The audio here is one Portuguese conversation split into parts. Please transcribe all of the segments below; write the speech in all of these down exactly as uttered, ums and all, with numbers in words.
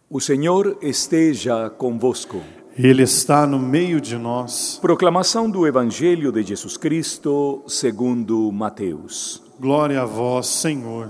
O Senhor esteja convosco. Ele está no meio de nós. Proclamação do Evangelho de Jesus Cristo segundo Mateus. Glória a vós, Senhor.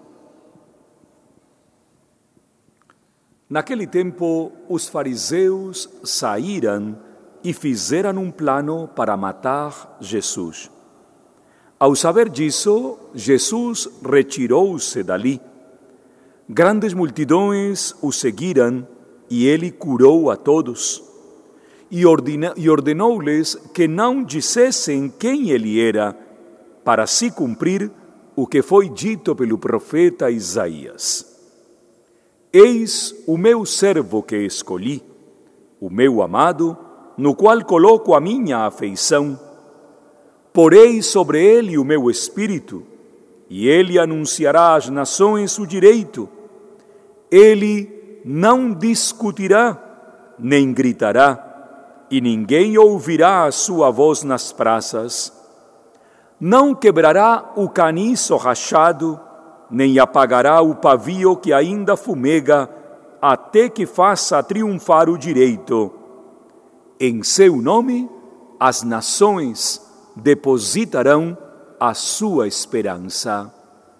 Naquele tempo, os fariseus saíram e fizeram um plano para matar Jesus. Ao saber disso, Jesus retirou-se dali. Grandes multidões o seguiram e ele curou a todos. E ordenou-lhes que não dissessem quem ele era, para se cumprir o que foi dito pelo profeta Isaías. Eis o meu servo que escolhi, o meu amado, no qual coloco a minha afeição. Porei sobre ele o meu espírito, e ele anunciará às nações o direito. Ele não discutirá, nem gritará, e ninguém ouvirá a sua voz nas praças. Não quebrará o caniço rachado, nem apagará o pavio que ainda fumega, até que faça triunfar o direito. Em seu nome, as nações depositarão a sua esperança.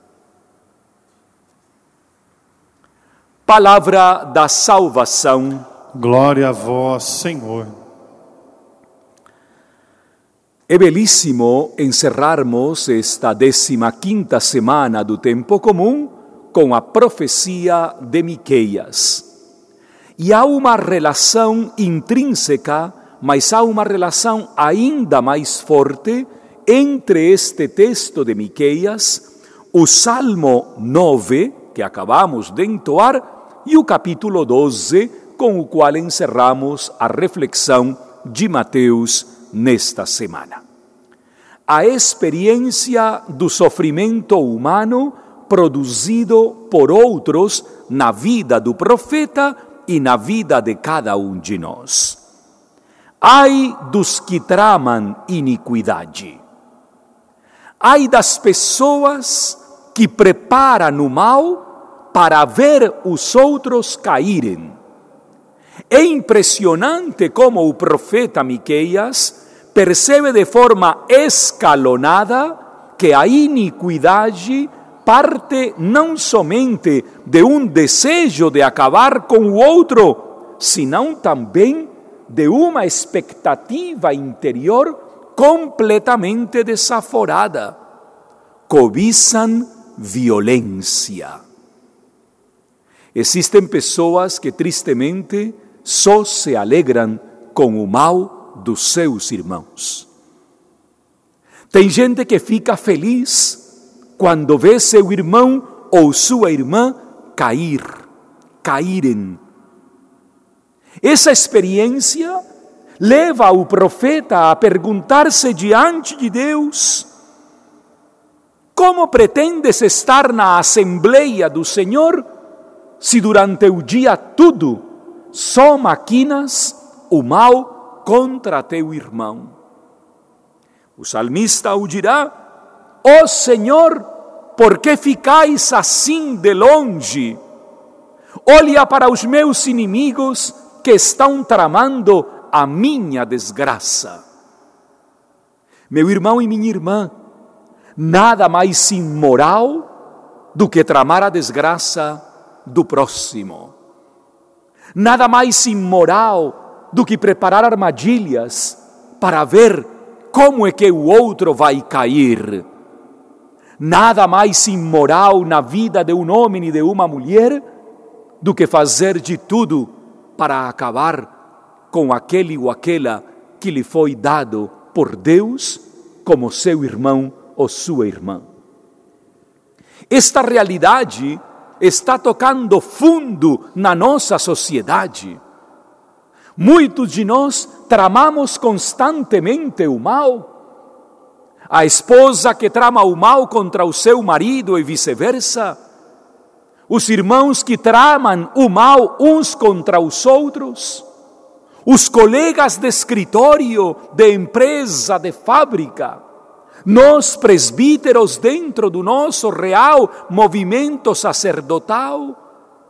Palavra da salvação. Glória a vós, Senhor. É belíssimo encerrarmos esta décima quinta semana do tempo comum com a profecia de Miqueias. E há uma relação intrínseca, mas há uma relação ainda mais forte entre este texto de Miqueias, o Salmo nove, que acabamos de entoar, e o capítulo doze, com o qual encerramos a reflexão de Mateus nesta semana. A experiência do sofrimento humano produzido por outros na vida do profeta e na vida de cada um de nós. Ai dos que tramam iniquidade. Ai das pessoas que preparam o mal para ver os outros caírem. É impressionante como o profeta Miqueias percebe de forma escalonada que a iniquidade parte não somente de um desejo de acabar com o outro, senão também de uma expectativa interior completamente desaforada. Cobiçam violência. Existem pessoas que tristemente só se alegram com o mal dos seus irmãos. Tem gente que fica feliz quando vê seu irmão ou sua irmã cair, caírem. Essa experiência leva o profeta a perguntar-se diante de Deus: como pretendes estar na Assembleia do Senhor se durante o dia tudo só maquinas o mal contra teu irmão? O salmista o dirá: ó Senhor, por que ficais assim de longe? Olha para os meus inimigos que estão tramando a minha desgraça. Meu irmão e minha irmã, nada mais imoral do que tramar a desgraça do próximo. Nada mais imoral do que preparar armadilhas para ver como é que o outro vai cair. Nada mais imoral na vida de um homem e de uma mulher do que fazer de tudo para acabar com aquele ou aquela que lhe foi dado por Deus como seu irmão ou sua irmã. Esta realidade está tocando fundo na nossa sociedade. Muitos de nós tramamos constantemente o mal. A esposa que trama o mal contra o seu marido e vice-versa. Os irmãos que tramam o mal uns contra os outros. Os colegas de escritório, de empresa, de fábrica. Nós, presbíteros, dentro do nosso real movimento sacerdotal,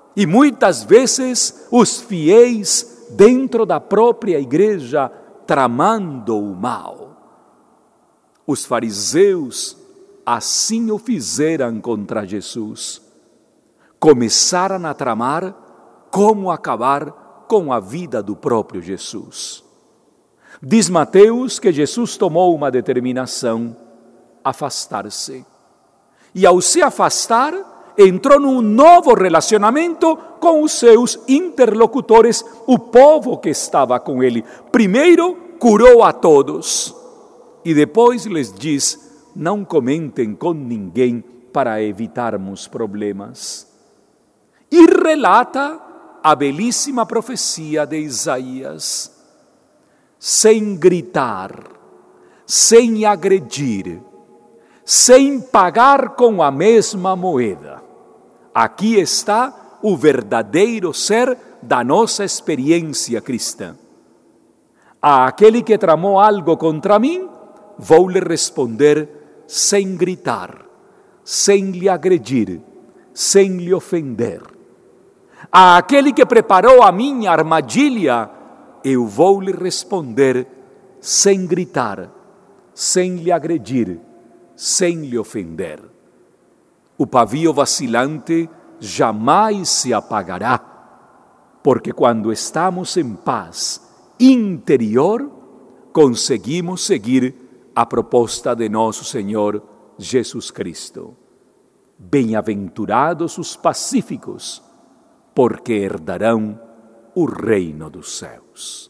E muitas vezes os fiéis dentro da própria igreja tramando o mal. Os fariseus assim o fizeram contra Jesus. Começaram a tramar como acabar com a vida do próprio Jesus. Diz Mateus que Jesus tomou uma determinação: afastar-se. E ao se afastar, entrou num novo relacionamento com os seus interlocutores, o povo que estava com ele. Primeiro, curou a todos. E depois lhes diz: não comentem com ninguém para evitarmos problemas. E relata a belíssima profecia de Isaías: sem gritar, sem agredir, sem pagar com a mesma moeda. Aqui está o verdadeiro ser da nossa experiência cristã. A aquele que tramou algo contra mim, vou lhe responder sem gritar, sem lhe agredir, sem lhe ofender. A aquele que preparou a minha armadilha, eu vou lhe responder sem gritar, sem lhe agredir, sem lhe ofender. O pavio vacilante jamais se apagará, porque quando estamos em paz interior, conseguimos seguir a proposta de nosso Senhor Jesus Cristo. Bem-aventurados os pacíficos, porque herdarão o reino dos céus.